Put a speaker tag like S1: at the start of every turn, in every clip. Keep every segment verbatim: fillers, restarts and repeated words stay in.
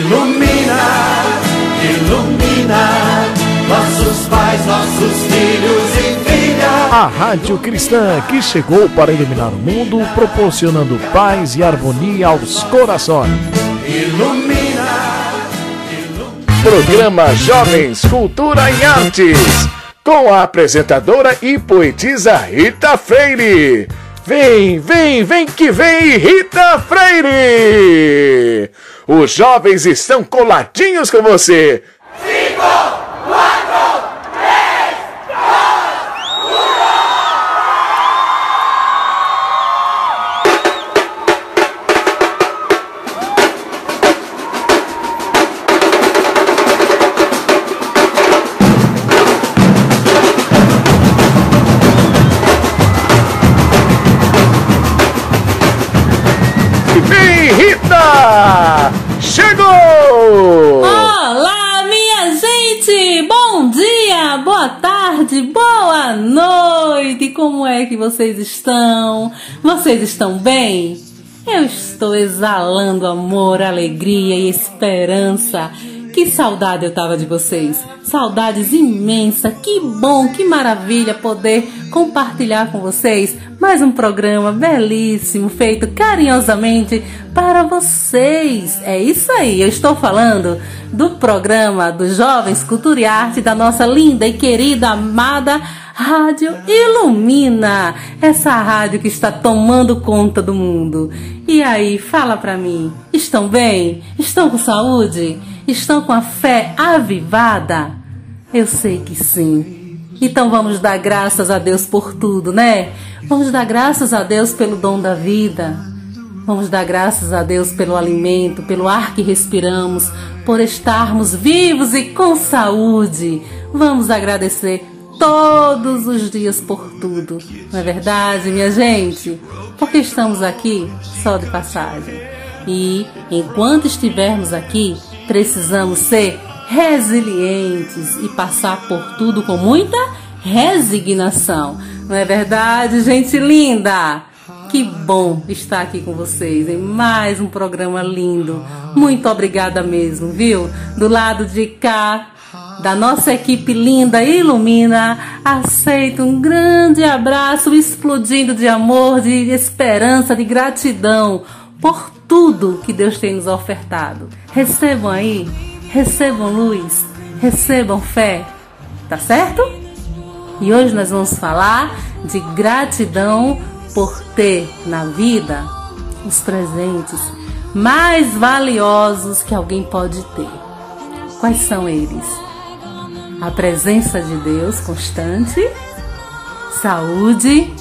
S1: Ilumina, ilumina nossos pais, nossos filhos e filhas.
S2: A Rádio Cristã que chegou para iluminar o mundo, proporcionando paz e harmonia aos corações.
S1: Ilumina, ilumina.
S2: Programa Jovens, Cultura e Artes, com a apresentadora e poetisa Rita Freire. Vem, vem, vem que vem, Rita Freire! Os jovens estão coladinhos com você.
S1: Cinco, quatro, três, dois,
S2: Vem, Rita! Chegou!
S3: Olá, minha gente! Bom dia, boa tarde, boa noite! Como é que vocês estão? Vocês estão bem? Eu estou exalando amor, alegria e esperança. Que saudade eu tava de vocês. Saudades imensas. Que bom, que maravilha poder compartilhar com vocês mais um programa belíssimo, feito carinhosamente para vocês. É isso aí, eu estou falando do programa dos Jovens Cultura e Arte da nossa linda e querida, amada Rádio Ilumina. Essa rádio que está tomando conta do mundo. E aí, fala pra mim, estão bem? Estão com saúde? Estão com a fé avivada? Eu sei que sim. Então vamos dar graças a Deus por tudo, né? Vamos dar graças a Deus pelo dom da vida. Vamos dar graças a Deus pelo alimento, pelo ar que respiramos, por estarmos vivos e com saúde. Vamos agradecer todos os dias por tudo. Não é verdade, minha gente? Porque estamos aqui só de passagem. E enquanto estivermos aqui, precisamos ser resilientes e passar por tudo com muita resignação. Não é verdade, gente linda? Que bom estar aqui com vocês em mais um programa lindo. Muito obrigada mesmo, viu? Do lado de cá, da nossa equipe linda Ilumina, aceito um grande abraço explodindo de amor, de esperança, de gratidão por tudo que Deus tem nos ofertado. Recebam aí, recebam luz, recebam fé, tá certo? E hoje nós vamos falar de gratidão por ter na vida os presentes mais valiosos que alguém pode ter. Quais são eles? A presença de Deus constante, saúde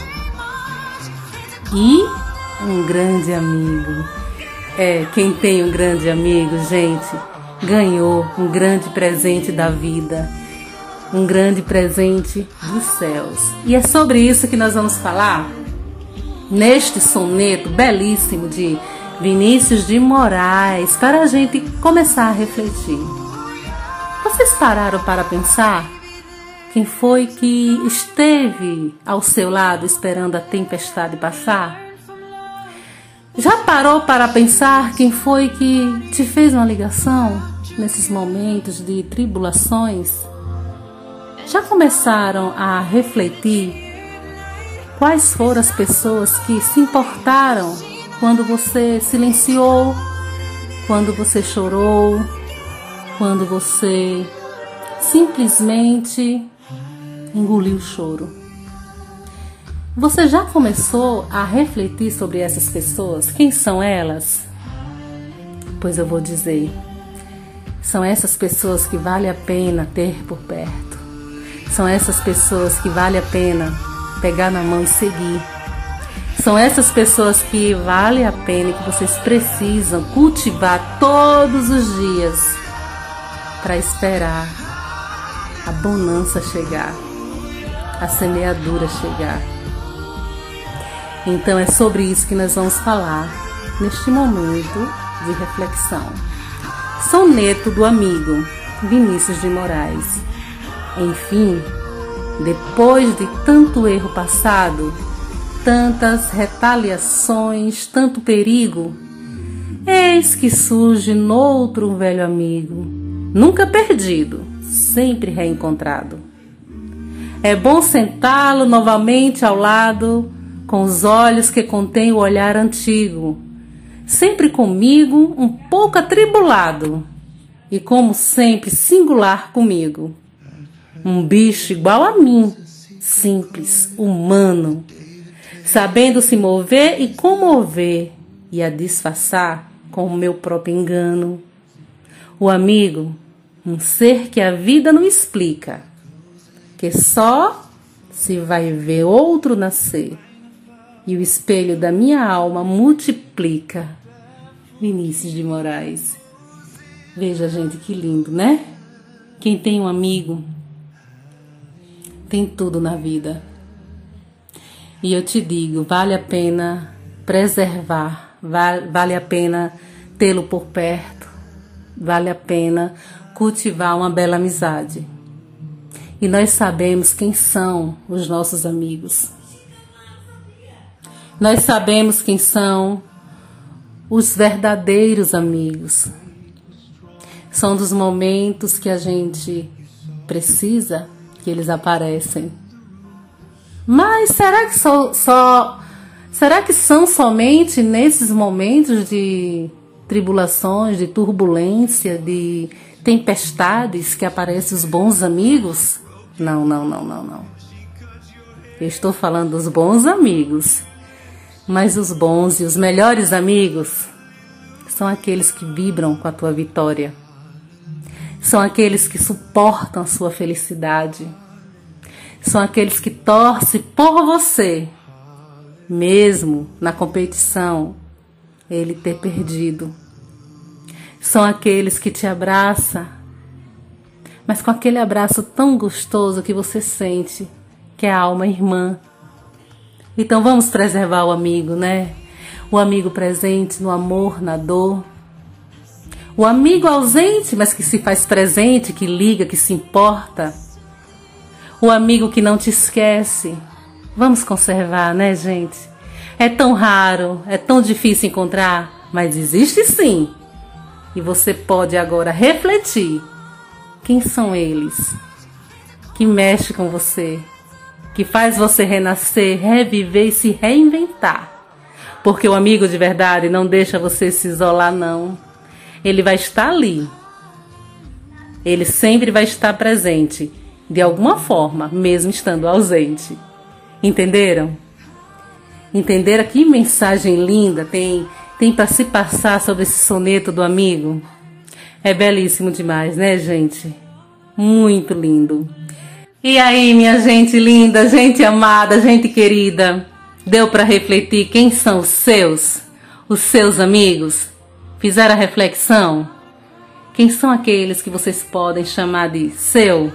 S3: e um grande amigo. É, quem tem um grande amigo, gente, ganhou um grande presente da vida, um grande presente dos céus. E é sobre isso que nós vamos falar neste soneto belíssimo de Vinícius de Moraes, para a gente começar a refletir. Vocês pararam para pensar quem foi que esteve ao seu lado esperando a tempestade passar? Já parou para pensar quem foi que te fez uma ligação nesses momentos de tribulações? Já começaram a refletir quais foram as pessoas que se importaram quando você silenciou, quando você chorou, quando você simplesmente engoliu o choro? Você já começou a refletir sobre essas pessoas? Quem são elas? Pois eu vou dizer, são essas pessoas que vale a pena ter por perto. São essas pessoas que vale a pena pegar na mão e seguir. São essas pessoas que vale a pena e que vocês precisam cultivar todos os dias para esperar a bonança chegar, a semeadura chegar. Então é sobre isso que nós vamos falar neste momento de reflexão. Soneto do amigo Vinícius de Moraes. Enfim, depois de tanto erro passado, tantas retaliações, tanto perigo, eis que surge noutro um velho amigo, nunca perdido, sempre reencontrado. É bom sentá-lo novamente ao lado, com os olhos que contêm o olhar antigo, sempre comigo um pouco atribulado, e como sempre singular comigo. Um bicho igual a mim, simples, humano, sabendo se mover e comover, e a disfarçar com o meu próprio engano. O amigo, um ser que a vida não explica, que só se vai ver outro nascer, e o espelho da minha alma multiplica. Vinícius de Moraes. Veja, gente, que lindo, né? Quem tem um amigo tem tudo na vida. E eu te digo, vale a pena preservar, vale, vale a pena tê-lo por perto, vale a pena cultivar uma bela amizade. E nós sabemos quem são os nossos amigos. Nós sabemos quem são os verdadeiros amigos. São dos momentos que a gente precisa que eles aparecem. Mas será que só, só será que são somente nesses momentos de tribulações, de turbulência, de tempestades que aparecem os bons amigos? Não, não, não, não, não. Eu estou falando dos bons amigos. Mas os bons e os melhores amigos são aqueles que vibram com a tua vitória. São aqueles que suportam a sua felicidade. São aqueles que torcem por você, mesmo na competição ele ter perdido. São aqueles que te abraçam, mas com aquele abraço tão gostoso que você sente que é a alma irmã. Então vamos preservar o amigo, né? O amigo presente no amor, na dor. O amigo ausente, mas que se faz presente, que liga, que se importa. O amigo que não te esquece. Vamos conservar, né, gente? É tão raro, é tão difícil encontrar, mas existe sim. E você pode agora refletir. Quem são eles? Que mexe com você, que faz você renascer, reviver e se reinventar. Porque o amigo de verdade não deixa você se isolar, não. Ele vai estar ali. Ele sempre vai estar presente, de alguma forma, mesmo estando ausente. Entenderam? Entenderam que mensagem linda tem, tem para se passar sobre esse soneto do amigo? É belíssimo demais, né, gente? Muito lindo. E aí, minha gente linda, gente amada, gente querida, deu para refletir quem são os seus, os seus amigos? Fizeram a reflexão? Quem são aqueles que vocês podem chamar de seu?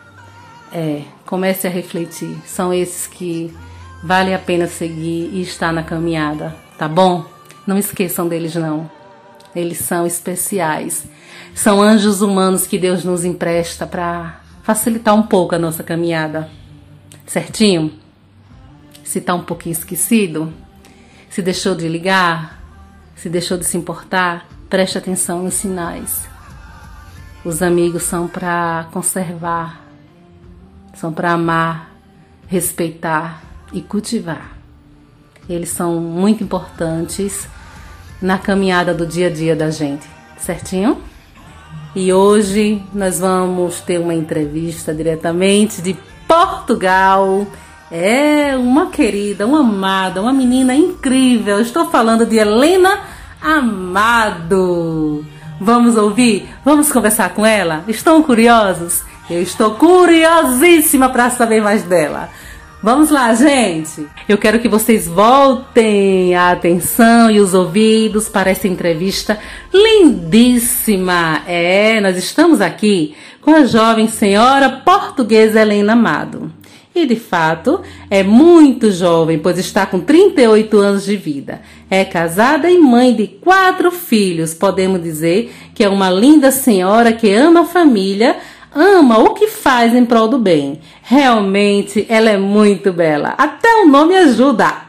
S3: É, comece a refletir. São esses que vale a pena seguir e estar na caminhada, tá bom? Não esqueçam deles, não. Eles são especiais. São anjos humanos que Deus nos empresta para facilitar um pouco a nossa caminhada. Certinho? Se tá um pouquinho esquecido, se deixou de ligar, se deixou de se importar, preste atenção nos sinais. Os amigos são para conservar, são para amar, respeitar e cultivar. Eles são muito importantes na caminhada do dia a dia da gente, certinho? E hoje nós vamos ter uma entrevista diretamente de Portugal. É uma querida, uma amada, uma menina incrível. Estou falando de Helena Amado. Vamos ouvir? Vamos conversar com ela? Estão curiosos? Eu estou curiosíssima para saber mais dela. Vamos lá, gente! Eu quero que vocês voltem a atenção e os ouvidos para essa entrevista lindíssima. É, nós estamos aqui com a jovem senhora portuguesa Helena Amado. E, de fato, é muito jovem, pois está com trinta e oito anos de vida. É casada e mãe de quatro filhos. Podemos dizer que é uma linda senhora que ama a família, ama o que faz em prol do bem. Realmente ela é muito bela. Até o nome ajuda.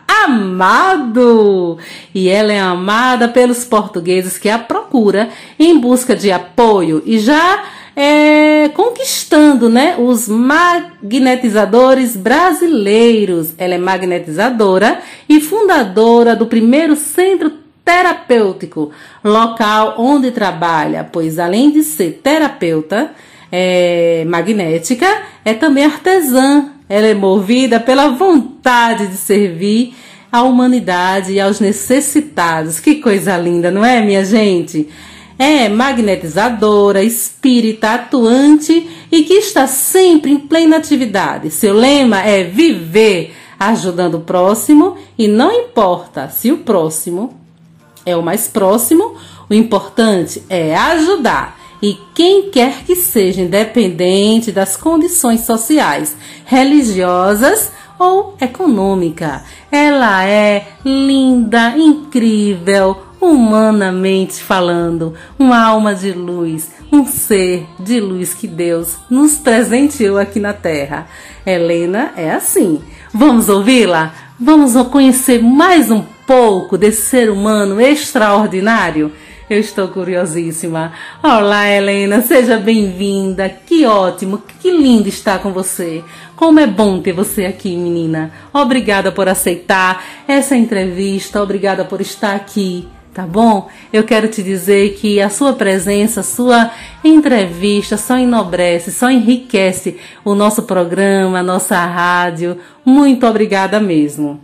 S3: Amado! E ela é amada pelos portugueses que a procuram em busca de apoio e já é, conquistando, né, os magnetizadores brasileiros. Ela é magnetizadora e fundadora do primeiro centro terapêutico, local onde trabalha, pois além de ser terapeuta é, magnética, é também artesã. Ela é movida pela vontade de servir à humanidade e aos necessitados. Que coisa linda, não é, minha gente? É magnetizadora, espírita, atuante e que está sempre em plena atividade. Seu lema é viver ajudando o próximo e não importa se o próximo é o mais próximo, o importante é ajudar. E quem quer que seja, independente das condições sociais, religiosas ou econômica. Ela é linda, incrível, humanamente falando, uma alma de luz, um ser de luz que Deus nos presenteou aqui na Terra. Helena é assim. Vamos ouvi-la? Vamos conhecer mais um pouco desse ser humano extraordinário? Eu estou curiosíssima. Olá, Helena, seja bem-vinda. Que ótimo, que lindo estar com você. Como é bom ter você aqui, menina. Obrigada por aceitar essa entrevista, obrigada por estar aqui, tá bom? Eu quero te dizer que a sua presença, a sua entrevista só enobrece, só enriquece o nosso programa, a nossa rádio. Muito obrigada mesmo.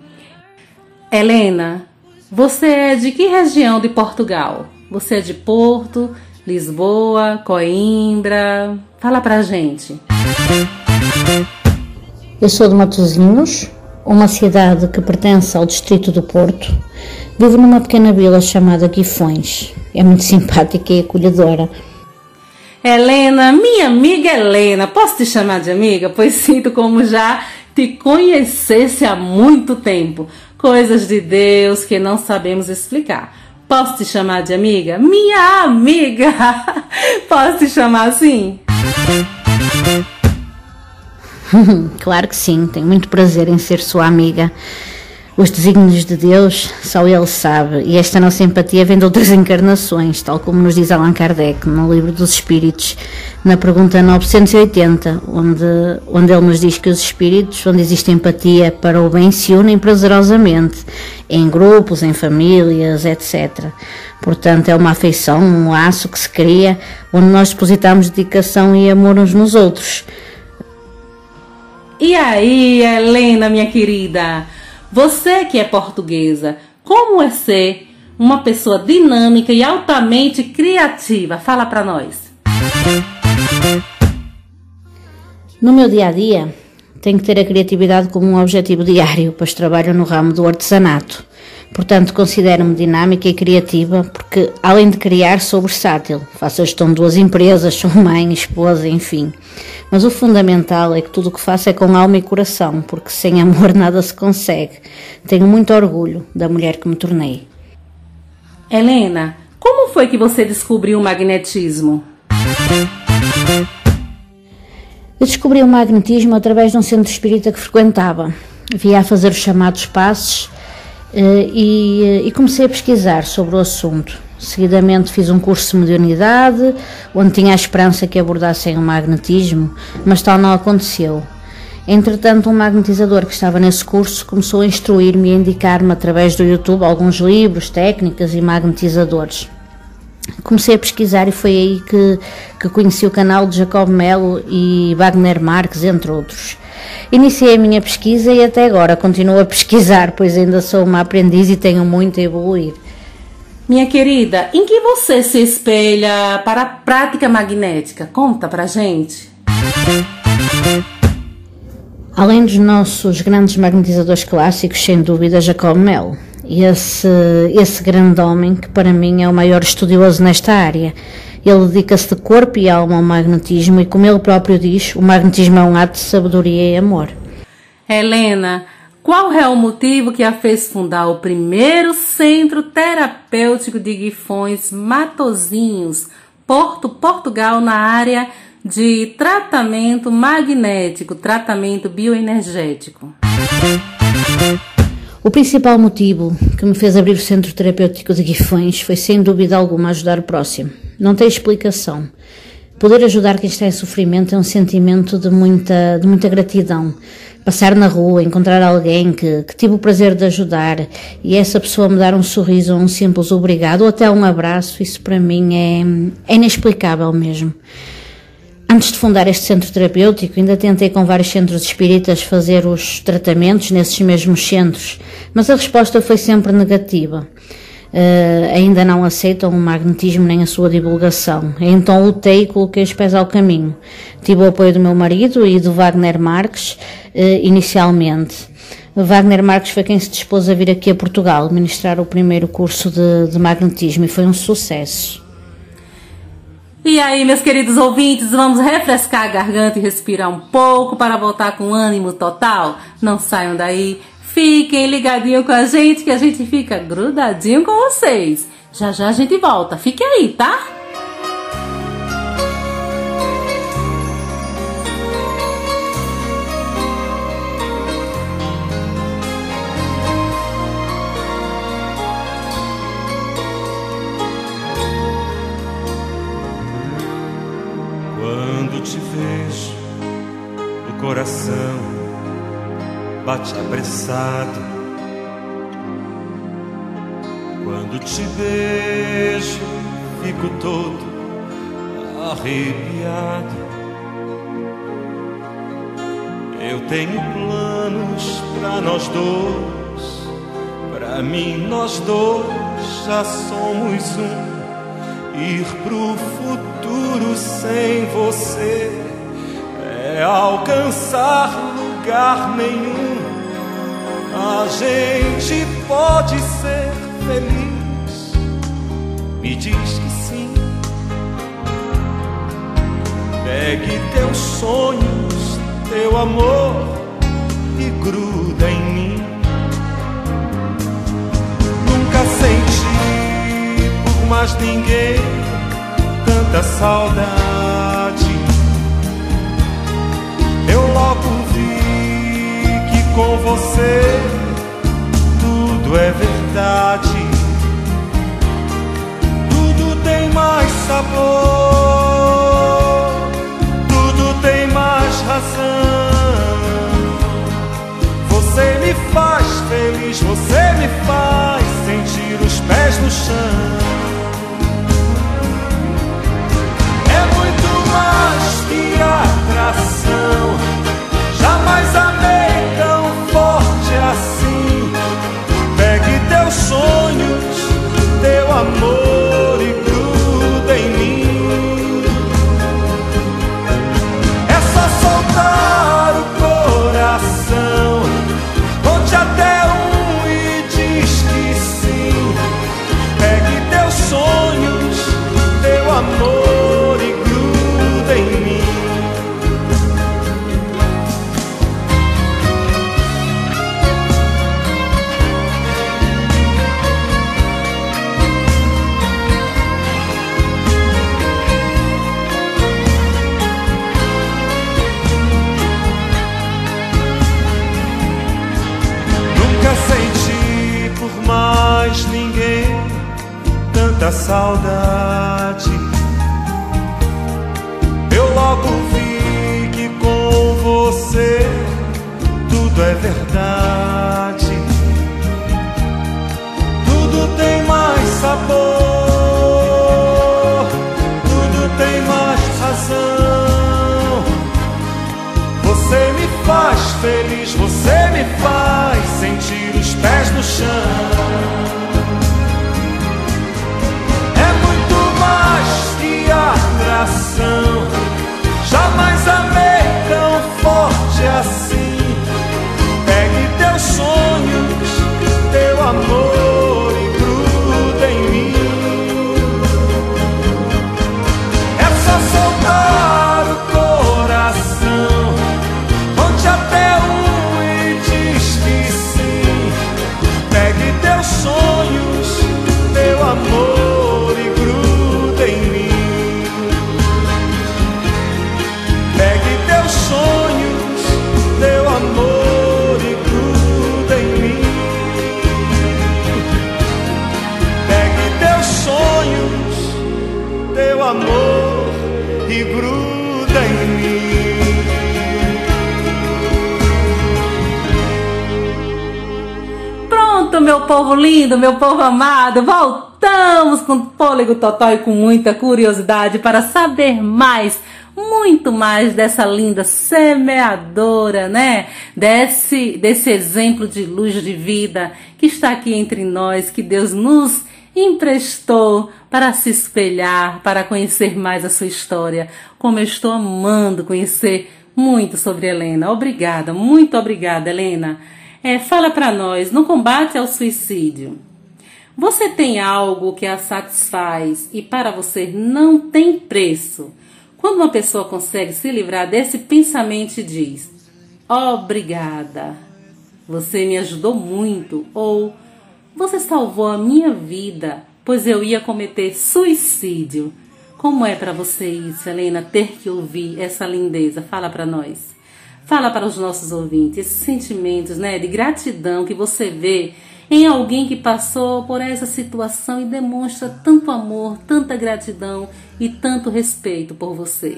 S3: Helena, você é de que região de Portugal? Você é de Porto, Lisboa, Coimbra? Fala pra gente.
S4: Eu sou de Matosinhos, uma cidade que pertence ao distrito do Porto. Vivo numa pequena vila chamada Guifões. É muito simpática e acolhedora.
S3: Helena, minha amiga Helena, posso te chamar de amiga? Pois sinto como já te conhecesse há muito tempo. Coisas de Deus que não sabemos explicar. Posso te chamar de amiga? Minha amiga! Posso te chamar assim?
S4: Claro que sim, tenho muito prazer em ser sua amiga. Os desígnios de Deus, só Ele sabe, e esta nossa empatia vem de outras encarnações, tal como nos diz Allan Kardec no Livro dos Espíritos, na pergunta novecentos e oitenta, onde, onde ele nos diz que os espíritos, onde existe empatia para o bem, se unem prazerosamente, em grupos, em famílias, etcétera. Portanto, é uma afeição, um laço que se cria, onde nós depositamos dedicação e amor uns nos outros.
S3: E aí, Helena, minha querida? Você que é portuguesa, como é ser uma pessoa dinâmica e altamente criativa? Fala pra nós.
S4: No meu dia a dia, tenho que ter a criatividade como um objetivo diário, pois trabalho no ramo do artesanato. Portanto, considero-me dinâmica e criativa porque, além de criar, sou versátil. Faço a gestão de duas empresas, sou mãe, esposa, enfim. Mas o fundamental é que tudo o que faço é com alma e coração, porque sem amor nada se consegue. Tenho muito orgulho da mulher que me tornei.
S3: Helena, como foi que você descobriu o magnetismo?
S4: Eu descobri o magnetismo através de um centro espírita que frequentava. Via a fazer os chamados passes e, e comecei a pesquisar sobre o assunto. Seguidamente fiz um curso de mediunidade, onde tinha a esperança que abordassem o magnetismo, mas tal não aconteceu. Entretanto, um magnetizador que estava nesse curso começou a instruir-me e a indicar-me através do YouTube alguns livros, técnicas e magnetizadores. Comecei a pesquisar e foi aí que, que conheci o canal de Jacob Melo e Wagner Marques, entre outros. Iniciei a minha pesquisa e até agora continuo a pesquisar, pois ainda sou uma aprendiz e tenho muito a evoluir.
S3: Minha querida, em que você se espelha para a prática magnética? Conta pra gente.
S4: Além dos nossos grandes magnetizadores clássicos, sem dúvida, Jacob Melo. Esse, esse grande homem que para mim é o maior estudioso nesta área. Ele dedica-se de corpo e alma ao magnetismo e, como ele próprio diz, o magnetismo é um ato de sabedoria e amor.
S3: Helena, qual é o motivo que a fez fundar o primeiro centro terapêutico de Guifões, Matosinhos, Porto, Portugal, na área de tratamento magnético, tratamento bioenergético.
S4: O principal motivo que me fez abrir o Centro Terapêutico de Guifões foi, sem dúvida alguma, ajudar o próximo. Não tem explicação. Poder ajudar quem está em sofrimento é um sentimento de muita, de muita gratidão. Passar na rua, encontrar alguém que, que tive o prazer de ajudar e essa pessoa me dar um sorriso ou um simples obrigado ou até um abraço, isso para mim é, é inexplicável mesmo. Antes de fundar este centro terapêutico, ainda tentei com vários centros espíritas fazer os tratamentos nesses mesmos centros, mas a resposta foi sempre negativa. Uh, ainda não aceitam o magnetismo nem a sua divulgação. Então lutei e coloquei os pés ao caminho. Tive o apoio do meu marido e do Wagner Marques, uh, inicialmente. O Wagner Marques foi quem se dispôs a vir aqui a Portugal ministrar o primeiro curso de, de magnetismo e foi um sucesso.
S3: E aí, meus queridos ouvintes, vamos refrescar a garganta e respirar um pouco para voltar com ânimo total? Não saiam daí. Fiquem ligadinho com a gente, que a gente fica grudadinho com vocês. Já já a gente volta. Fique aí, tá?
S1: Quando te vejo, o coração bate apressado. Quando te beijo, fico todo arrepiado. Eu tenho planos pra nós dois. Pra mim nós dois já somos um. Ir pro futuro sem você é alcançar lugar nenhum. A gente pode ser feliz. Me diz que sim. Pegue teus sonhos, teu amor e gruda em mim. Nunca senti por mais ninguém tanta saudade. Eu logo vi que com você tudo é verdade. Tudo tem mais sabor, tudo tem mais razão. Você me faz feliz, você me faz sentir os pés no chão. É muito mais que atração. Jamais amei tão forte assim. Pegue teus sonhos, teu amor e gruda em mim. É só soltar o coração. Conte até um e diz que sim. Pegue teus sonhos, teu amor e gruda em mim. Mais ninguém tanta saudade. Eu logo vi que com você tudo é verdade. Tudo tem mais sabor, tudo tem mais razão. Você me faz feliz, você me faz sentir os pés no chão. É muito mais que atração. Jamais amei tão forte assim. Pegue teu amor e gruda em mim.
S3: Pronto, meu povo lindo, meu povo amado, voltamos com fôlego total e com muita curiosidade para saber mais, muito mais dessa linda semeadora, né? Desse, desse exemplo de luz de vida que está aqui entre nós, que Deus nos emprestou para se espelhar, para conhecer mais a sua história. Como eu estou amando conhecer muito sobre Helena. Obrigada, muito obrigada, Helena. É, fala para nós, no combate ao suicídio, você tem algo que a satisfaz e para você não tem preço? Quando uma pessoa consegue se livrar desse pensamento e diz, obrigada, você me ajudou muito, ou você salvou a minha vida, pois eu ia cometer suicídio. Como é para você isso, Helena, ter que ouvir essa lindeza? Fala para nós. Fala para os nossos ouvintes, esses sentimentos, né, de gratidão que você vê em alguém que passou por essa situação e demonstra tanto amor, tanta gratidão e tanto respeito por você.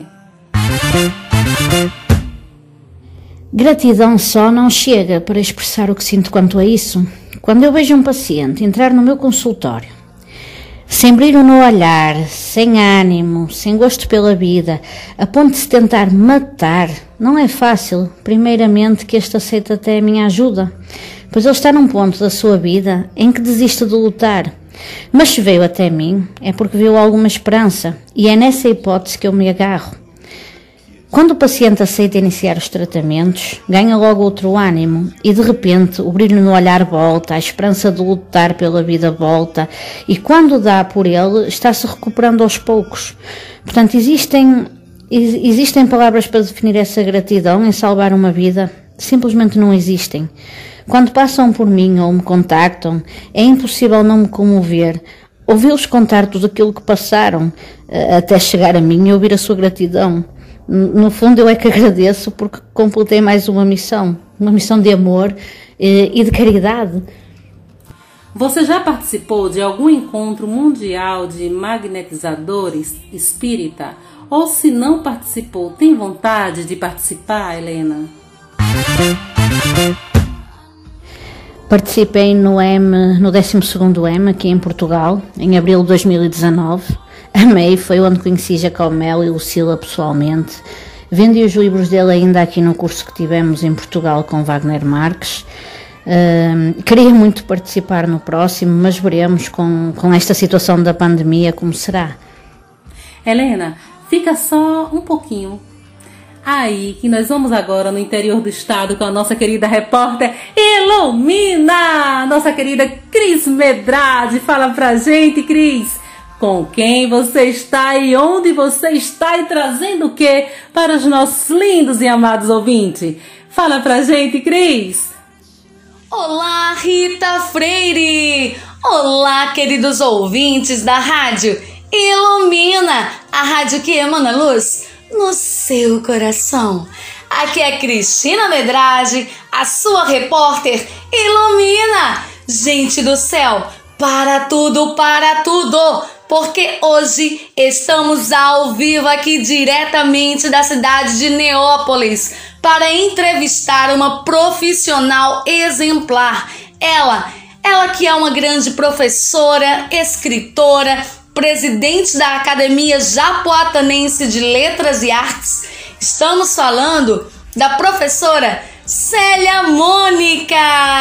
S4: Gratidão só não chega para expressar o que sinto quanto a isso. Quando eu vejo um paciente entrar no meu consultório, sem brilho no olhar, sem ânimo, sem gosto pela vida, a ponto de se tentar matar, não é fácil, primeiramente, que este aceite até a minha ajuda, pois ele está num ponto da sua vida em que desiste de lutar. Mas se veio até mim, é porque viu alguma esperança, e é nessa hipótese que eu me agarro. Quando o paciente aceita iniciar os tratamentos, ganha logo outro ânimo e de repente o brilho no olhar volta, a esperança de lutar pela vida volta e quando dá por ele está-se recuperando aos poucos. Portanto, existem, existem palavras para definir essa gratidão em salvar uma vida? Simplesmente não existem. Quando passam por mim ou me contactam, é impossível não me comover, ouvi-los contar tudo aquilo que passaram até chegar a mim e ouvir a sua gratidão. No fundo eu é que agradeço porque completei mais uma missão, uma missão de amor e de caridade.
S3: Você já participou de algum encontro mundial de magnetizadores espírita? Ou se não participou, tem vontade de participar, Helena?
S4: Participei no, M, no décimo segundo M aqui em Portugal, em abril de dois mil e dezanove. Amei, foi onde conheci Jacomel e Lucila pessoalmente. Vendi os livros dele ainda aqui no curso que tivemos em Portugal com Wagner Marques. Uh, queria muito participar no próximo, mas veremos com, com esta situação da pandemia como será.
S3: Helena, fica só um pouquinho aí, que nós vamos agora no interior do estado com a nossa querida repórter Ilumina, nossa querida Cris Medrade. Fala pra gente, Cris, com quem você está e onde você está e trazendo o que para os nossos lindos e amados ouvintes? Fala pra gente, Cris.
S5: Olá, Rita Freire! Olá, queridos ouvintes da rádio Ilumina, a rádio que emana luz no seu coração. Aqui é Cristina Medrade, a sua repórter Ilumina. Gente do céu, para tudo, para tudo, porque hoje estamos ao vivo aqui diretamente da cidade de Neópolis para entrevistar uma profissional exemplar. Ela, ela que é uma grande professora, escritora, presidente da Academia Japoatanense de Letras e Artes. Estamos falando da professora Célia Mônica.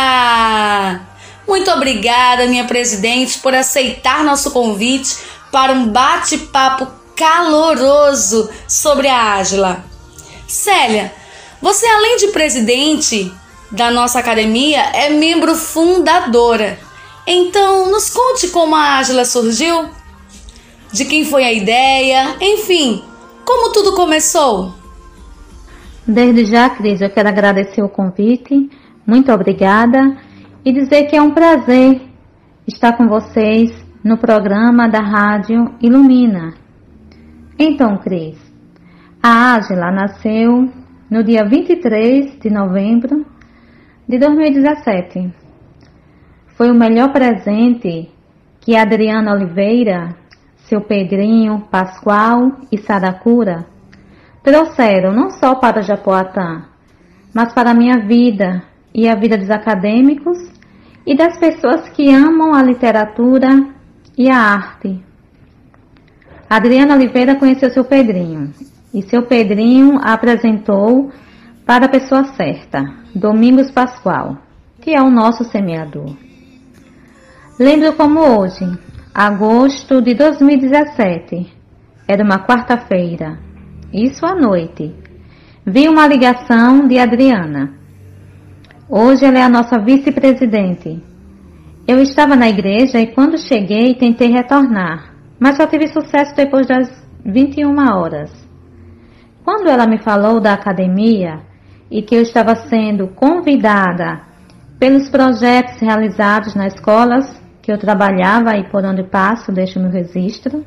S5: Muito obrigada, minha presidente, por aceitar nosso convite para um bate-papo caloroso sobre a Ágila. Célia, você, além de presidente da nossa academia, é membro fundadora. Então, nos conte como a Ágila surgiu, de quem foi a ideia, enfim, como tudo começou.
S6: Desde já, Cris, eu quero agradecer o convite, muito obrigada, e dizer que é um prazer estar com vocês no programa da Rádio Ilumina. Então, Cris, a Ágila nasceu no dia vinte e três de novembro de dois mil e dezessete. Foi o melhor presente que a Adriana Oliveira, seu Pedrinho, Pascoal e Saracura, trouxeram não só para Japoatã, mas para a minha vida e a vida dos acadêmicos e das pessoas que amam a literatura e a arte. Adriana Oliveira conheceu seu Pedrinho e seu Pedrinho a apresentou para a pessoa certa, Domingos Pascoal, que é o nosso semeador. Lembro como hoje, agosto de dois mil e dezessete, era uma quarta-feira, isso à noite, vi uma ligação de Adriana. Hoje ela é a nossa vice-presidente. Eu estava na igreja e quando cheguei tentei retornar, mas só tive sucesso depois das vinte e uma horas. Quando ela me falou da academia e que eu estava sendo convidada pelos projetos realizados nas escolas que eu trabalhava e por onde passo, deixo meu registro,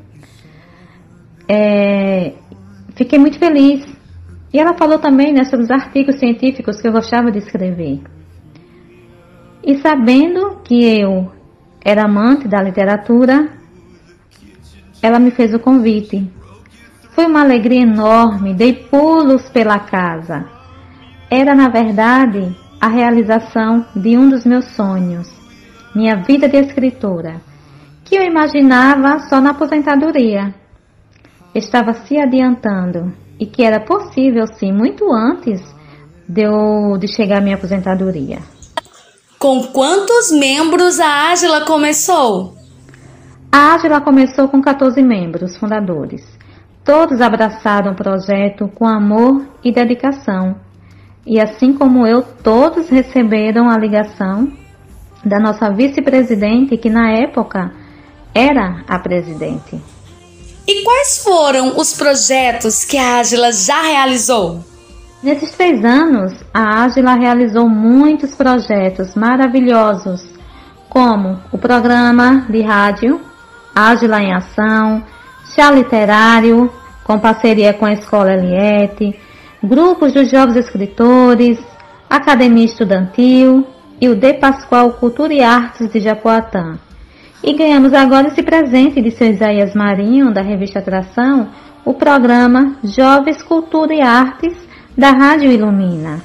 S6: é, fiquei muito feliz. E ela falou também, né, sobre os artigos científicos que eu gostava de escrever. E sabendo que eu era amante da literatura, ela me fez o convite. Foi uma alegria enorme, dei pulos pela casa. Era, na verdade, a realização de um dos meus sonhos, minha vida de escritora, que eu imaginava só na aposentadoria. Estava se adiantando e que era possível, sim, muito antes de, eu, de chegar à minha aposentadoria.
S5: Com quantos membros a Ágila começou?
S6: A Ágila começou com quatorze membros fundadores. Todos abraçaram o projeto com amor e dedicação. E assim como eu, todos receberam a ligação da nossa vice-presidente, que na época era a presidente.
S5: E quais foram os projetos que a Ágila já realizou?
S6: Nesses três anos, a Ágila realizou muitos projetos maravilhosos, como o programa de rádio Ágila em Ação, chá literário, com parceria com a Escola Eliette, grupos dos jovens escritores, academia estudantil e o De Pascoal Cultura e Artes de Japoatã. E ganhamos agora esse presente de seu Isaías Marinho, da revista Atração, o programa Jovens Cultura e Artes da Rádio Ilumina.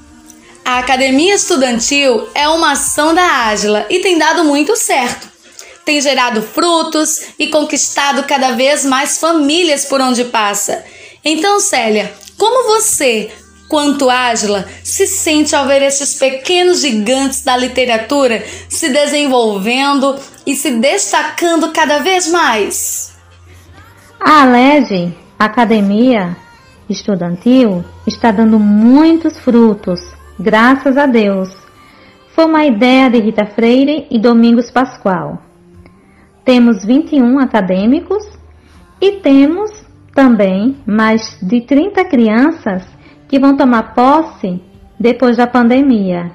S5: A Academia Estudantil é uma ação da Ágila e tem dado muito certo. Tem gerado frutos e conquistado cada vez mais famílias por onde passa. Então, Célia, como você, quanto Ágila, se sente ao ver estes pequenos gigantes da literatura se desenvolvendo e se destacando cada vez mais?
S6: A ALEG, Academia Estudantil, está dando muitos frutos, graças a Deus. Foi uma ideia de Rita Freire e Domingos Pascoal. Temos vinte e um acadêmicos e temos também mais de trinta crianças que vão tomar posse depois da pandemia.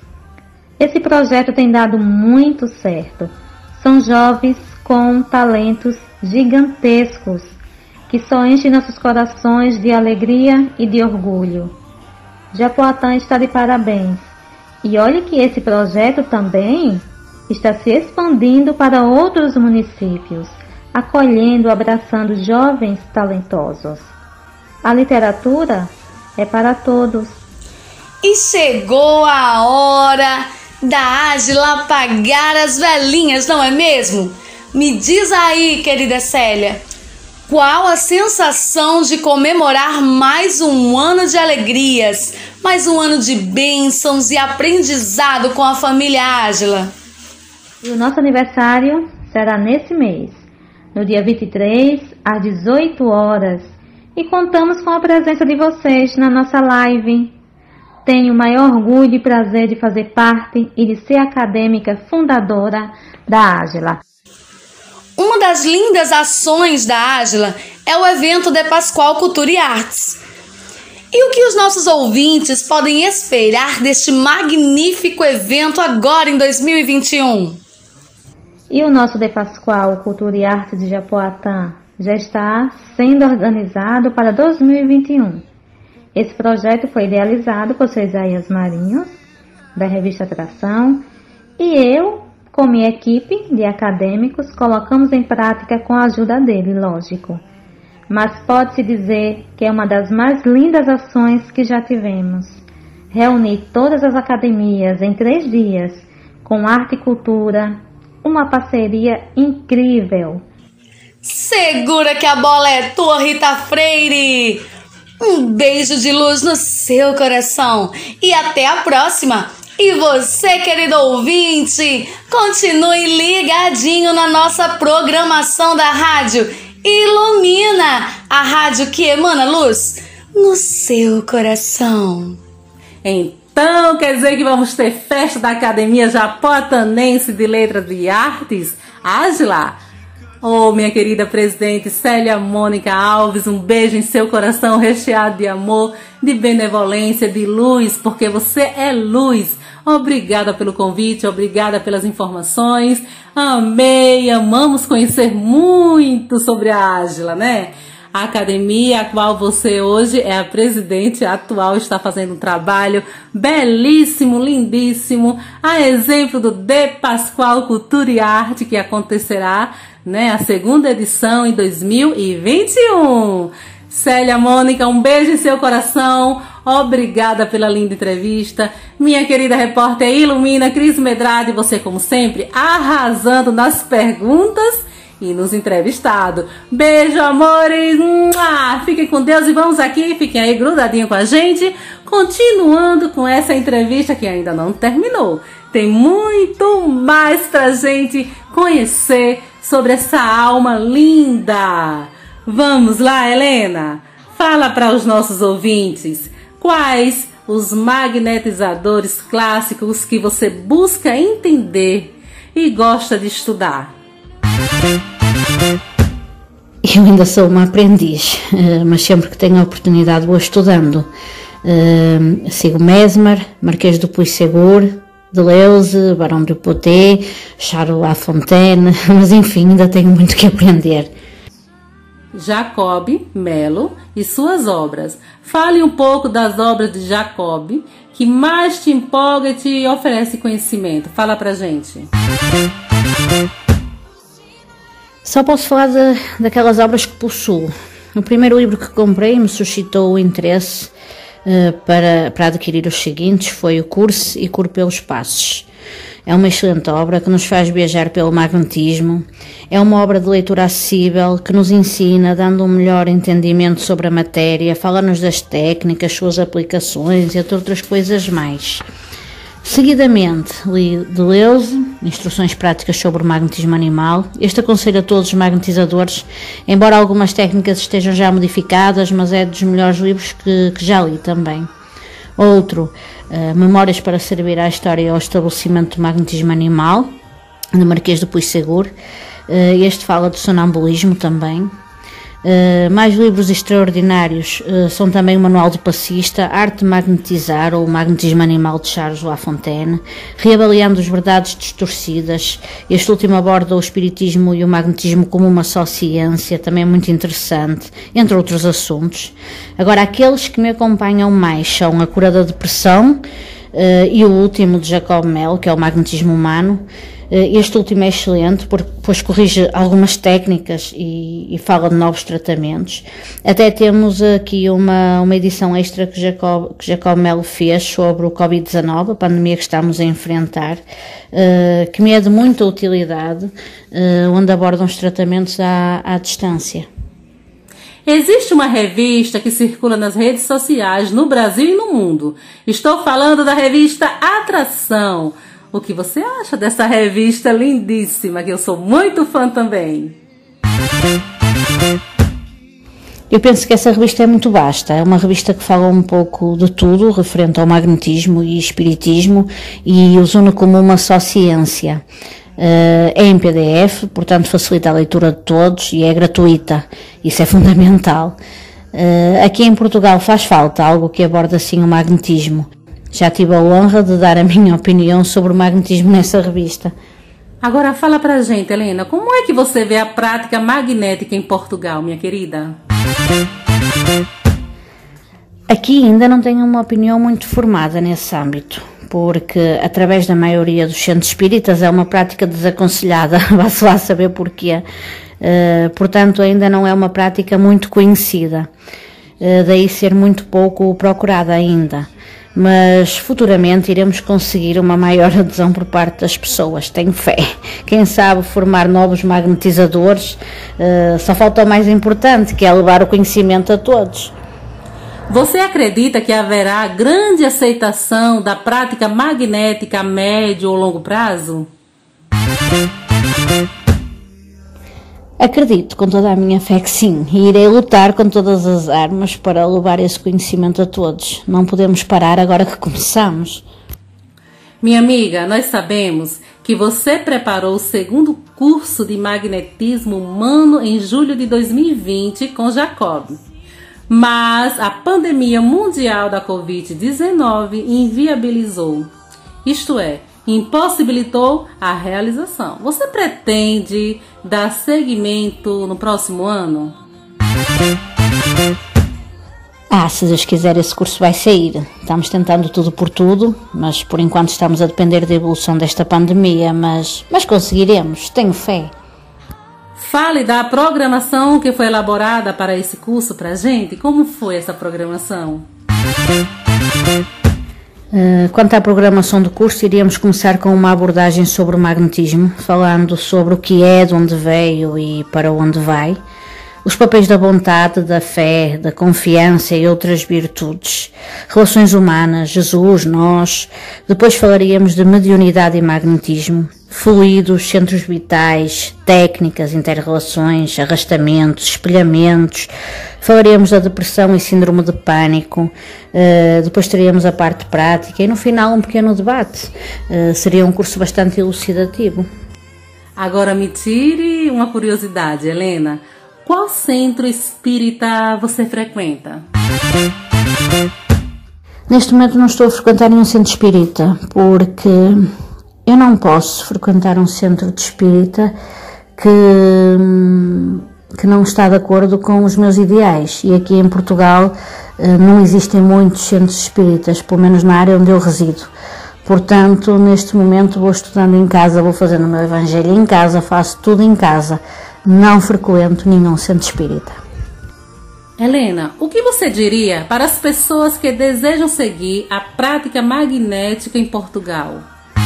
S6: Esse projeto tem dado muito certo. São jovens com talentos gigantescos que só enchem nossos corações de alegria e de orgulho. Japoatã está de parabéns. E olhe que esse projeto também está se expandindo para outros municípios, acolhendo, abraçando jovens talentosos. A literatura é para todos.
S5: E chegou a hora da Ágila apagar as velhinhas, não é mesmo? Me diz aí, querida Célia, qual a sensação de comemorar mais um ano de alegrias, mais um ano de bênçãos e aprendizado com a família Ágila?
S6: E o nosso aniversário será nesse mês, no dia vinte e três, às dezoito horas, e contamos com a presença de vocês na nossa live. Tenho o maior orgulho e prazer de fazer parte e de ser acadêmica fundadora da Ágila.
S5: Uma das lindas ações da Ágila é o evento De Pascoal Cultura e Artes. E o que os nossos ouvintes podem esperar deste magnífico evento agora em dois mil e vinte e um?
S6: E o nosso De Pascoal Cultura e Artes de Japoatã já está sendo organizado para dois mil e vinte e um. Esse projeto foi idealizado por seu Isaías Marinho, da revista Atração, e eu Com minha equipe de acadêmicos, colocamos em prática com a ajuda dele, lógico. Mas pode-se dizer que é uma das mais lindas ações que já tivemos. Reunir todas as academias em três dias, com arte e cultura, uma parceria incrível.
S5: Segura que a bola é tua, Rita Freire! Um beijo de luz no seu coração e até a próxima! E você, querido ouvinte, continue ligadinho na nossa programação da rádio Ilumina, a rádio que emana luz no seu coração.
S3: Então, quer dizer que vamos ter festa da Academia Japotanense de Letras e Artes, Ágila? Oh, minha querida presidente Célia Mônica Alves, um beijo em seu coração recheado de amor, de benevolência, de luz, porque você é luz. Obrigada pelo convite, obrigada pelas informações. Amei, amamos conhecer muito sobre a Ágila, né? A academia a qual você hoje é a presidente atual está fazendo um trabalho belíssimo, lindíssimo, a exemplo do De Pascoal Cultura e Arte, que acontecerá, né, a segunda edição em dois mil e vinte e um. Célia Mônica, um beijo em seu coração, obrigada pela linda entrevista. Minha querida repórter Ilumina, Cris Medrade, você como sempre arrasando nas perguntas e nos entrevistados. Beijo, amores! Fiquem com Deus e vamos aqui, fiquem aí grudadinho com a gente, continuando com essa entrevista que ainda não terminou. Tem muito mais pra gente conhecer sobre essa alma linda. Vamos lá, Helena? Fala para os nossos ouvintes quais os magnetizadores clássicos que você busca entender e gosta de estudar.
S4: Eu ainda sou uma aprendiz, mas sempre que tenho a oportunidade vou estudando. Uh, sigo Mesmer, Marquês do Puysegur, Deleuze, Barão de Poté, Charles Lafontaine, mas enfim, ainda tenho muito que aprender.
S3: Jacob Melo e suas obras. Fale um pouco das obras de Jacob que mais te empolga e te oferece conhecimento. Fala pra gente.
S4: Só posso falar de, daquelas obras que possuo. O primeiro livro que comprei me suscitou o interesse uh, para, para adquirir os seguintes, foi o Curso e Cor pelos Passos. É uma excelente obra que nos faz viajar pelo magnetismo. É uma obra de leitura acessível que nos ensina, dando um melhor entendimento sobre a matéria, fala-nos das técnicas, suas aplicações, entre outras coisas mais. Seguidamente, li Deleuze, Instruções Práticas sobre o Magnetismo Animal. Este aconselho a todos os magnetizadores, embora algumas técnicas estejam já modificadas, mas é dos melhores livros que, que já li também. Outro, uh, Memórias para servir à história e ao estabelecimento do magnetismo animal, de Marquês do Puysegur. Uh, este fala do sonambulismo também. Uh, mais livros extraordinários uh, são também o Manual do Passista, Arte de Magnetizar, ou o Magnetismo Animal de Charles Lafontaine, Reavaliando as Verdades Distorcidas. Este último aborda o espiritismo e o magnetismo como uma só ciência, também é muito interessante, entre outros assuntos. Agora, aqueles que me acompanham mais são A Cura da Depressão uh, e o último de Jacob Melo, que é o Magnetismo Humano. Este último é excelente, porque pois corrige algumas técnicas e, e fala de novos tratamentos. Até temos aqui uma, uma edição extra que Jacob, que Jacob Melo fez sobre o covid dezanove, a pandemia que estamos a enfrentar, uh, que me é de muita utilidade, uh, onde abordam os tratamentos à, à distância.
S3: Existe uma revista que circula nas redes sociais no Brasil e no mundo. Estou falando da revista Atração. O que você acha dessa revista lindíssima, que eu sou muito fã também?
S4: Eu penso que essa revista é muito vasta. É uma revista que fala um pouco de tudo referente ao magnetismo e espiritismo e os une como uma só ciência. É em P D F, portanto facilita a leitura de todos e é gratuita. Isso é fundamental. Aqui em Portugal faz falta algo que aborde assim o magnetismo. Já tive a honra de dar a minha opinião sobre o magnetismo nessa revista.
S3: Agora fala pra gente, Helena, como é que você vê a prática magnética em Portugal, minha querida?
S4: Aqui ainda não tenho uma opinião muito formada nesse âmbito. porque através da maioria dos centros espíritas é uma prática desaconselhada, vá-se lá saber porquê. Uh, portanto, ainda não é uma prática muito conhecida, uh, daí ser muito pouco procurada ainda. Mas futuramente iremos conseguir uma maior adesão por parte das pessoas, tenho fé. Quem sabe formar novos magnetizadores, uh, só falta o mais importante, que é levar o conhecimento a todos.
S3: Você acredita que haverá grande aceitação da prática magnética a médio ou longo prazo?
S4: Acredito com toda a minha fé que sim, e irei lutar com todas as armas para levar esse conhecimento a todos. Não podemos parar agora que começamos.
S3: Minha amiga, nós sabemos que você preparou o segundo curso de magnetismo humano em julho de dois mil e vinte com Jacob. Mas a pandemia mundial da covid dezenove inviabilizou, isto é, impossibilitou a realização. Você pretende dar seguimento no próximo ano?
S4: Ah, se Deus quiser, esse curso vai sair. Estamos tentando tudo por tudo, mas por enquanto estamos a depender da evolução desta pandemia, mas, mas conseguiremos, tenho fé.
S3: Fale da programação que foi elaborada para esse curso para a gente. Como foi essa programação?
S4: Uh, quanto à programação do curso, iríamos começar com uma abordagem sobre o magnetismo, falando sobre o que é, de onde veio e para onde vai, os papéis da vontade, da fé, da confiança e outras virtudes, relações humanas, Jesus, nós. Depois falaríamos de mediunidade e magnetismo, fluidos, centros vitais, técnicas, inter-relações, arrastamentos, espelhamentos. Falaremos da depressão e síndrome de pânico, uh, depois teríamos a parte prática e no final um pequeno debate. Uh, seria um curso bastante elucidativo.
S3: Agora me tire uma curiosidade, Helena. Qual centro espírita você frequenta?
S4: Neste momento não estou a frequentar nenhum centro espírita, porque eu não posso frequentar um centro de espírita que... que não está de acordo com os meus ideais, e aqui em Portugal não existem muitos centros espíritas, pelo menos na área onde eu resido. Portanto, neste momento vou estudando em casa, vou fazendo o meu evangelho em casa, faço tudo em casa, não frequento nenhum centro espírita.
S3: Helena, o que você diria para as pessoas que desejam seguir a prática magnética em Portugal?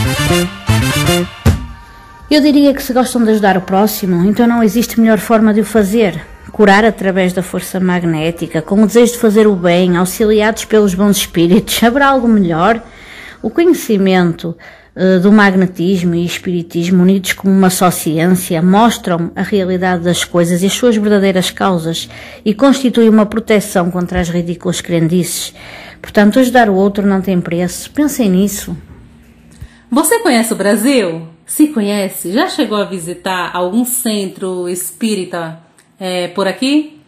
S4: Eu diria que se gostam de ajudar o próximo, então não existe melhor forma de o fazer. Curar através da força magnética, com o desejo de fazer o bem, auxiliados pelos bons espíritos. Haverá algo melhor? O conhecimento uh, do magnetismo e espiritismo, unidos como uma só ciência, mostram a realidade das coisas e as suas verdadeiras causas e constituem uma proteção contra as ridículas crendices. Portanto, ajudar o outro não tem preço. Pensem nisso.
S3: Você conhece o Brasil? Se conhece, já chegou a visitar algum centro espírita é, por aqui?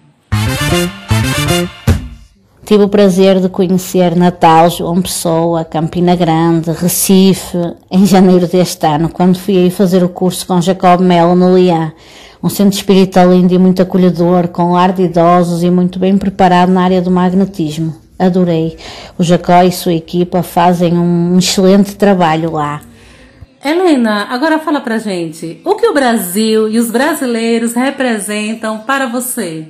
S4: Tive o prazer de conhecer Natal, João Pessoa, Campina Grande, Recife, em janeiro deste ano, quando fui aí fazer o curso com Jacob Melo no Liá. Um centro espírita lindo e muito acolhedor, com lar de idosos e muito bem preparado na área do magnetismo. Adorei. O Jacó e sua equipa fazem um excelente trabalho lá.
S3: Helena, agora fala pra gente, o que o Brasil e os brasileiros representam para você?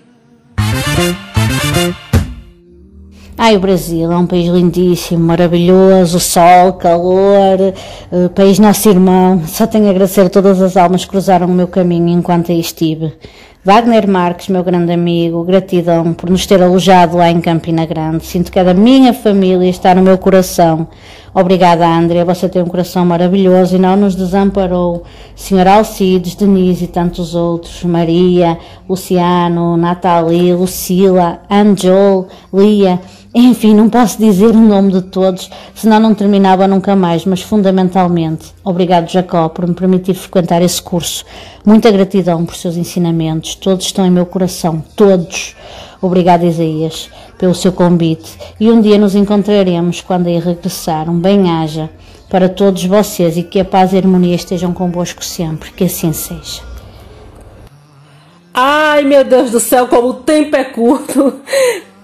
S4: Ai, o Brasil é um país lindíssimo, maravilhoso, sol, calor, uh, país nosso irmão. Só tenho a agradecer a todas as almas que cruzaram o meu caminho enquanto aí estive. Wagner Marques, meu grande amigo, gratidão por nos ter alojado lá em Campina Grande. Sinto que é da minha família e está no meu coração. Obrigada, Andrea, você tem um coração maravilhoso e não nos desamparou. Senhor Alcides, Denise e tantos outros, Maria, Luciano, Nathalie, Lucila, Anjol, Lia, enfim, não posso dizer o nome de todos, senão não terminava nunca mais, mas fundamentalmente, obrigado, Jacó, por me permitir frequentar esse curso. Muita gratidão por seus ensinamentos, todos estão em meu coração, todos. Obrigado, Isaías, pelo seu convite, e um dia nos encontraremos quando aí regressar. Um bem-aja para todos vocês e que a paz e a harmonia estejam convosco sempre, que assim seja.
S3: Ai, meu Deus do céu, como o tempo é curto!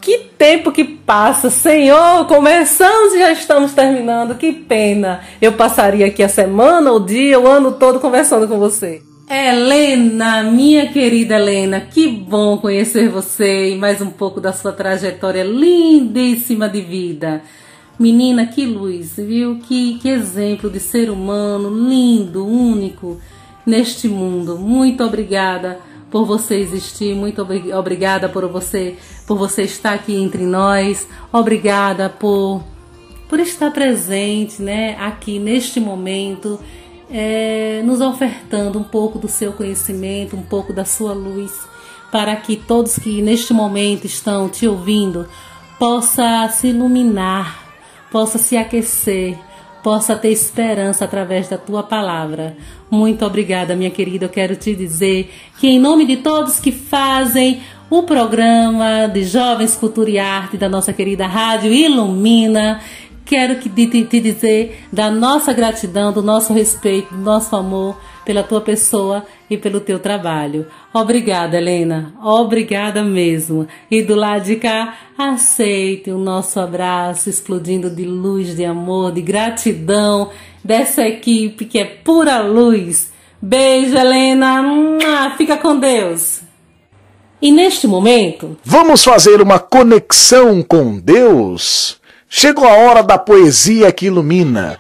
S3: que tempo que passa, Senhor, começamos e já estamos terminando, que pena. Eu passaria aqui a semana, o dia, o ano todo conversando com você. Helena, minha querida Helena, que bom conhecer você e mais um pouco da sua trajetória lindíssima de vida. Menina, que luz, viu? Que, que exemplo de ser humano lindo, único neste mundo. Muito obrigada por você existir, muito ob- obrigada por você, por você estar aqui entre nós. Obrigada por, por estar presente, né, aqui neste momento. É, nos ofertando um pouco do seu conhecimento, um pouco da sua luz, para que todos que neste momento estão te ouvindo possa se iluminar, possa se aquecer, possa ter esperança através da tua palavra. Muito obrigada, minha querida. Eu quero te dizer que em nome de todos que fazem o programa de Jovens Cultura e Arte da nossa querida Rádio Ilumina, quero que te, te dizer da nossa gratidão, do nosso respeito, do nosso amor pela tua pessoa e pelo teu trabalho. Obrigada, Helena. Obrigada mesmo. E do lado de cá, aceite o nosso abraço explodindo de luz, de amor, de gratidão dessa equipe que é pura luz. Beijo, Helena. Fica com Deus. E neste momento,
S2: vamos fazer uma conexão com Deus? Chegou a hora da poesia que ilumina.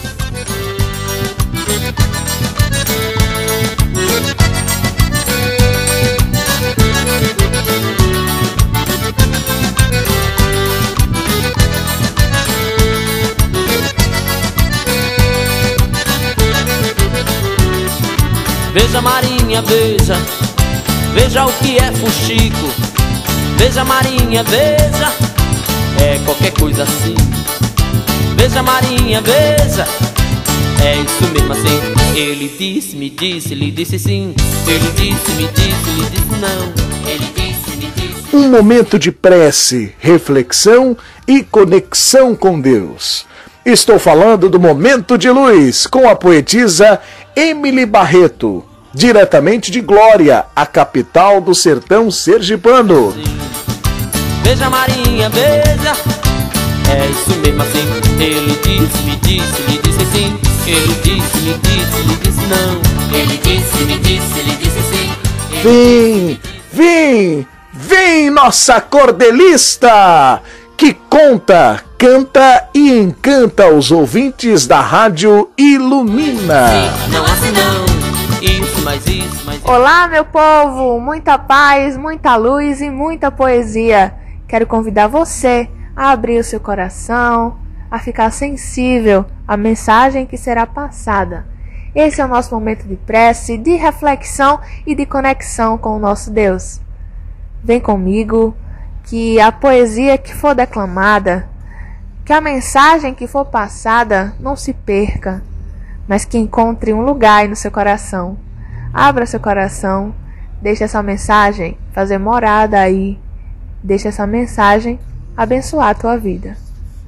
S7: Veja, Marinha, veja, veja o que é fuxico. Veja, Marinha, veja, é qualquer coisa assim. Veja, Marinha, veja, é isso mesmo assim. Ele disse, me disse, ele disse sim. Ele disse, me disse, ele disse não. Ele disse, me disse.
S2: Um momento de prece, reflexão e conexão com Deus. Estou falando do Momento de Luz com a poetisa Emily Barreto, diretamente de Glória, a capital do sertão sergipano.
S7: Veja, Marinha, veja, é isso mesmo assim. Ele disse, me disse, me disse sim. Ele disse, me disse, ele disse não. Ele disse, me disse, ele disse sim.
S2: Vem, vem, vem nossa cordelista, que conta, canta e encanta os ouvintes da Rádio Ilumina.
S7: Sim, não assim não, isso, mas isso, mas isso.
S8: Olá, meu povo, muita paz, muita luz e muita poesia. Quero convidar você a abrir o seu coração, a ficar sensível à mensagem que será passada. Esse é o nosso momento de prece, de reflexão e de conexão com o nosso Deus. Vem comigo, que a poesia que for declamada, que a mensagem que for passada não se perca, mas que encontre um lugar aí no seu coração. Abra seu coração, deixe essa mensagem fazer morada aí, deixe essa mensagem abençoar a tua vida.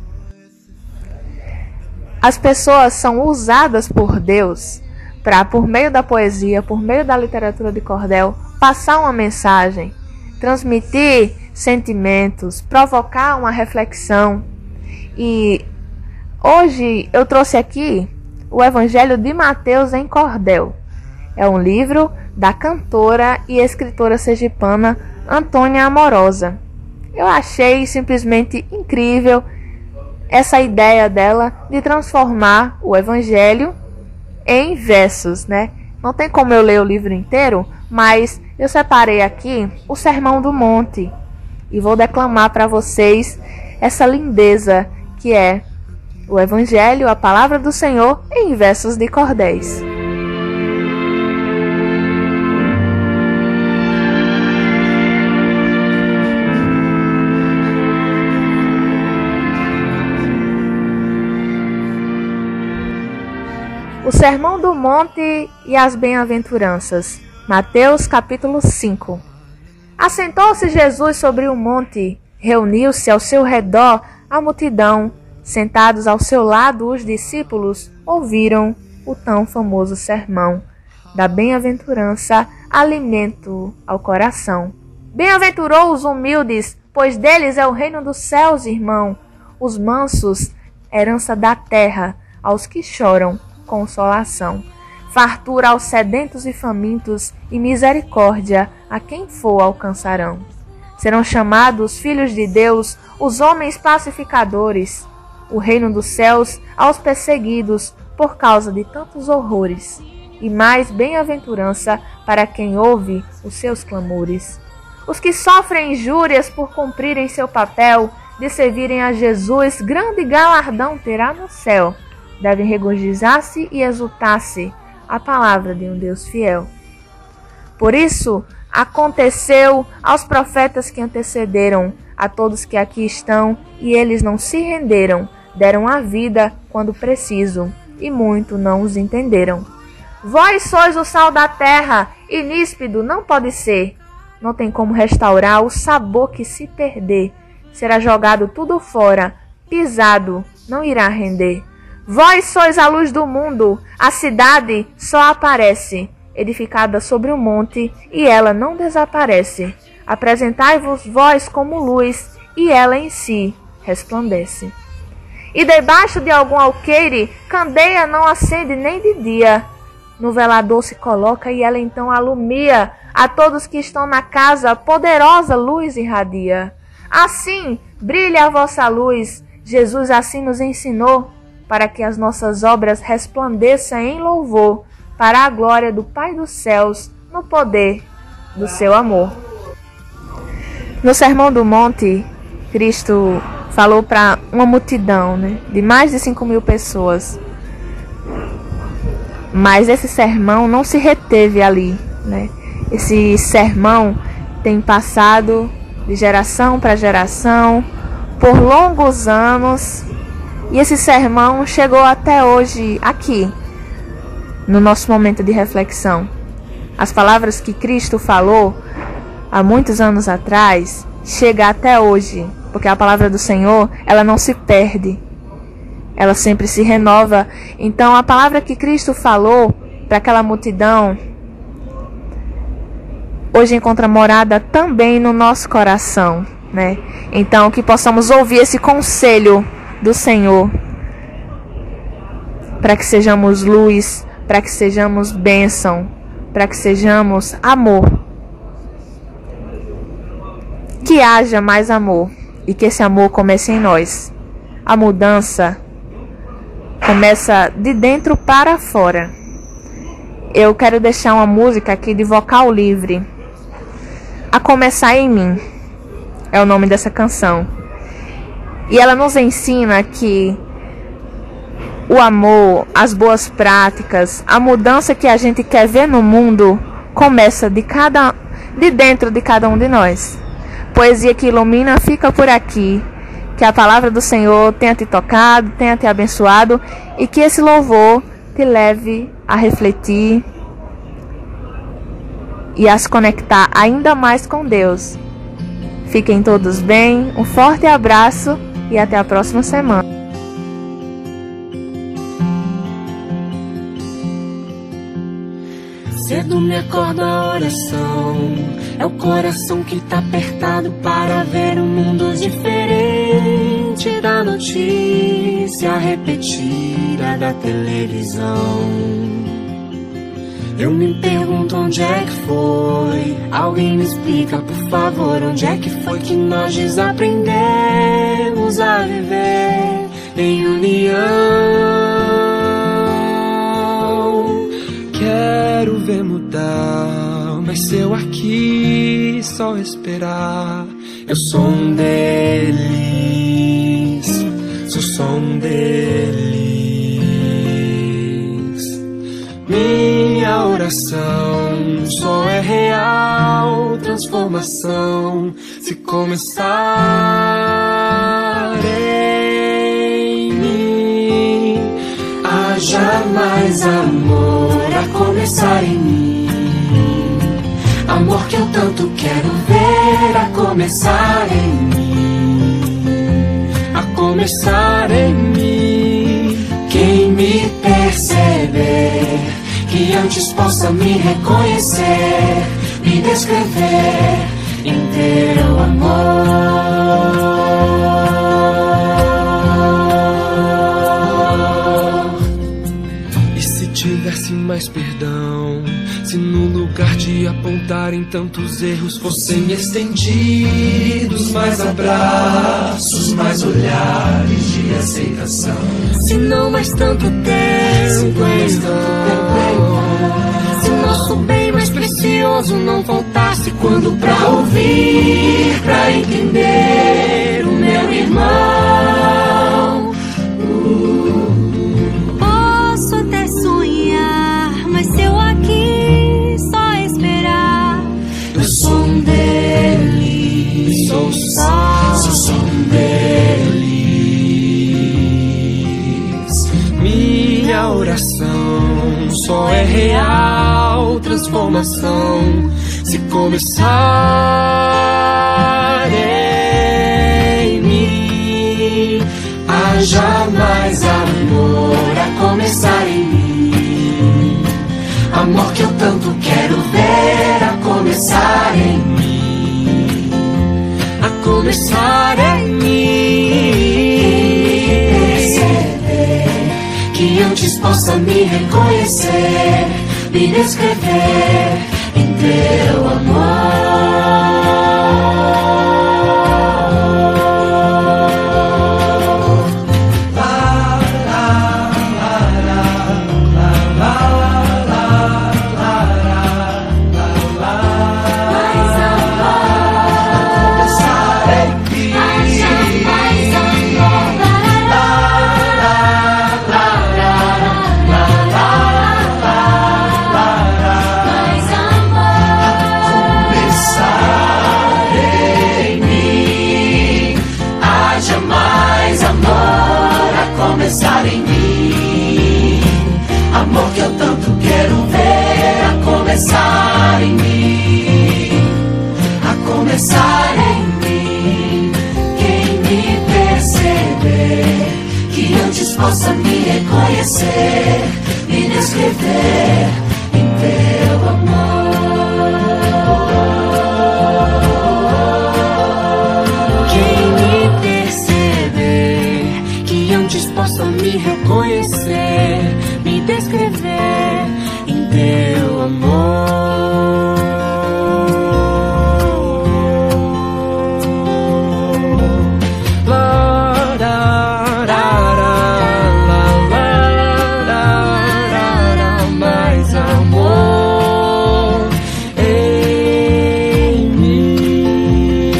S8: As pessoas são usadas por Deus para, por meio da poesia, por meio da literatura de cordel, passar uma mensagem, transmitir sentimentos, provocar uma reflexão. E hoje eu trouxe aqui o Evangelho de Mateus em cordel. É um livro da cantora e escritora sergipana Antônia Amorosa. Eu achei simplesmente incrível essa ideia dela de transformar o Evangelho em versos, né? Não tem como eu ler o livro inteiro, mas eu separei aqui o Sermão do Monte e vou declamar para vocês essa lindeza que é o Evangelho, a palavra do Senhor, em versos de cordéis. O Sermão do Monte e as Bem-aventuranças. Mateus capítulo cinco. Assentou-se Jesus sobre um monte, reuniu-se ao seu redor a multidão. Sentados ao seu lado, os discípulos ouviram o tão famoso sermão da bem-aventurança, alimento ao coração. Bem-aventurou os humildes, pois deles é o reino dos céus, irmão. Os mansos, herança da terra, aos que choram, consolação. Fartura aos sedentos e famintos, e misericórdia a quem for alcançarão. Serão chamados filhos de Deus os homens pacificadores, o reino dos céus aos perseguidos por causa de tantos horrores, e mais bem-aventurança para quem ouve os seus clamores. Os que sofrem injúrias por cumprirem seu papel de servirem a Jesus, grande galardão terá no céu. Devem regozijar-se e exultar-se a palavra de um Deus fiel. Por isso, aconteceu aos profetas que antecederam, a todos que aqui estão, e eles não se renderam, deram a vida quando preciso, e muito não os entenderam. Vós sois o sal da terra, e níspido não pode ser. Não tem como restaurar o sabor que se perder. Será jogado tudo fora, pisado, não irá render. Vós sois a luz do mundo, a cidade só aparece, edificada sobre um monte, e ela não desaparece. Apresentai-vos vós como luz, e ela em si resplandece. E debaixo de algum alqueire, candeia não acende nem de dia. No velador se coloca e ela então alumia. A todos que estão na casa, poderosa luz irradia. Assim, brilha a vossa luz. Jesus assim nos ensinou, para que as nossas obras resplandeçam em louvor, para a glória do Pai dos céus, no poder do seu amor. No Sermão do Monte, Cristo falou para uma multidão, né, de mais de cinco mil pessoas. Mas esse sermão não se reteve ali, né? Esse sermão tem passado de geração para geração, por longos anos, e esse sermão chegou até hoje aqui, no nosso momento de reflexão. As palavras que Cristo falou há muitos anos atrás chegam até hoje, porque a palavra do Senhor, ela não se perde, ela sempre se renova. Então a palavra que Cristo falou para aquela multidão hoje encontra morada também no nosso coração, né? Então que possamos ouvir esse conselho do Senhor, para que sejamos luz, para que sejamos bênção, para que sejamos amor. Que haja mais amor e que esse amor comece em nós. A mudança começa de dentro para fora. Eu quero deixar uma música aqui de vocal livre. A Começar em Mim é o nome dessa canção. E ela nos ensina que o amor, as boas práticas, a mudança que a gente quer ver no mundo começa de, cada, de dentro de cada um de nós. Poesia que ilumina fica por aqui. Que a palavra do Senhor tenha te tocado, tenha te abençoado, e que esse louvor te leve a refletir e a se conectar ainda mais com Deus. Fiquem todos bem, um forte abraço e até a próxima semana.
S9: Cedo me acorda a oração, é o coração que tá apertado para ver um mundo diferente da notícia repetida da televisão. Eu me pergunto onde é que foi, alguém me explica por favor, onde é que foi que nós desaprendemos a viver em união. Quero ver mudar, mas se eu aqui só esperar, eu sou um deles, sou só um deles. Minha oração só é real transformação se começar em mim. Haja mais amor a começar em mim, amor que eu tanto quero ver a começar em mim, a começar em mim. Quem me perceber, que antes possa me reconhecer, me descrever em teu amor. E se tivesse mais perdão, se no lugar de apontarem tantos erros fossem estendidos mais abraços, mais olhares de aceitação. Se não mais tanto tempo em vão, se nosso bem mais precioso não faltasse quando pra ouvir, pra entender o meu irmão. uh,
S10: Posso até sonhar, mas se eu aqui só esperar,
S9: o som dele, sou só, sou som deles. Minha oração só é real transformação se começar em mim. Haja mais amor a começar em mim. Amor que eu tanto quero ver a começar em mim. A começar em mim. Perceber que antes possa me reconhecer, me descrever em teu amor. Começar em mim, amor que eu tanto quero ver a começar em mim, a começar em mim. Quem me perceber, que antes possa me reconhecer, me descrever em teu amor. Quem me perceber, que antes possa me reconhecer, me descrever em teu amor. La, la, la, la, la, la, mais amor em mim.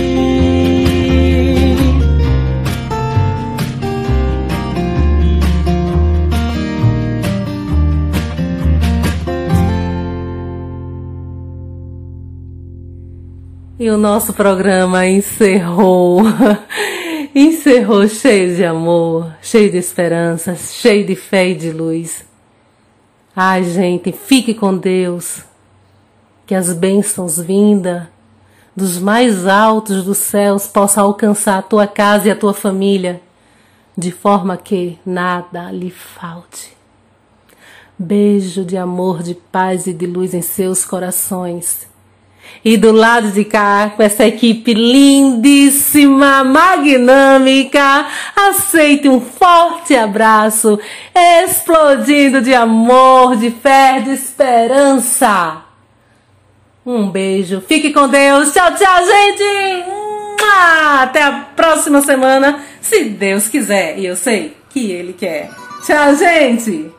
S3: E o nosso programa encerrou, encerrou cheio de amor, cheio de esperança, cheio de fé e de luz. Ai, gente, fique com Deus, que as bênçãos vindas dos mais altos dos céus possam alcançar a tua casa e a tua família, de forma que nada lhe falte. Beijo de amor, de paz e de luz em seus corações. E do lado de cá, com essa equipe lindíssima, magnâmica, aceite um forte abraço, explodindo de amor, de fé, de esperança. Um beijo, fique com Deus, tchau, tchau, gente! Até a próxima semana, se Deus quiser, e eu sei que Ele quer. Tchau, gente!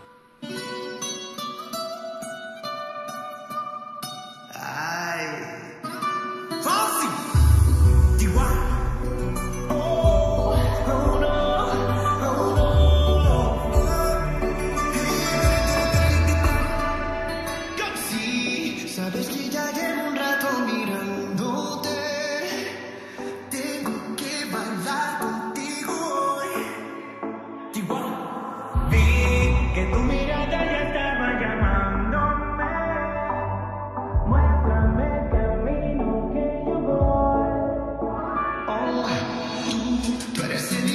S9: Tú eres el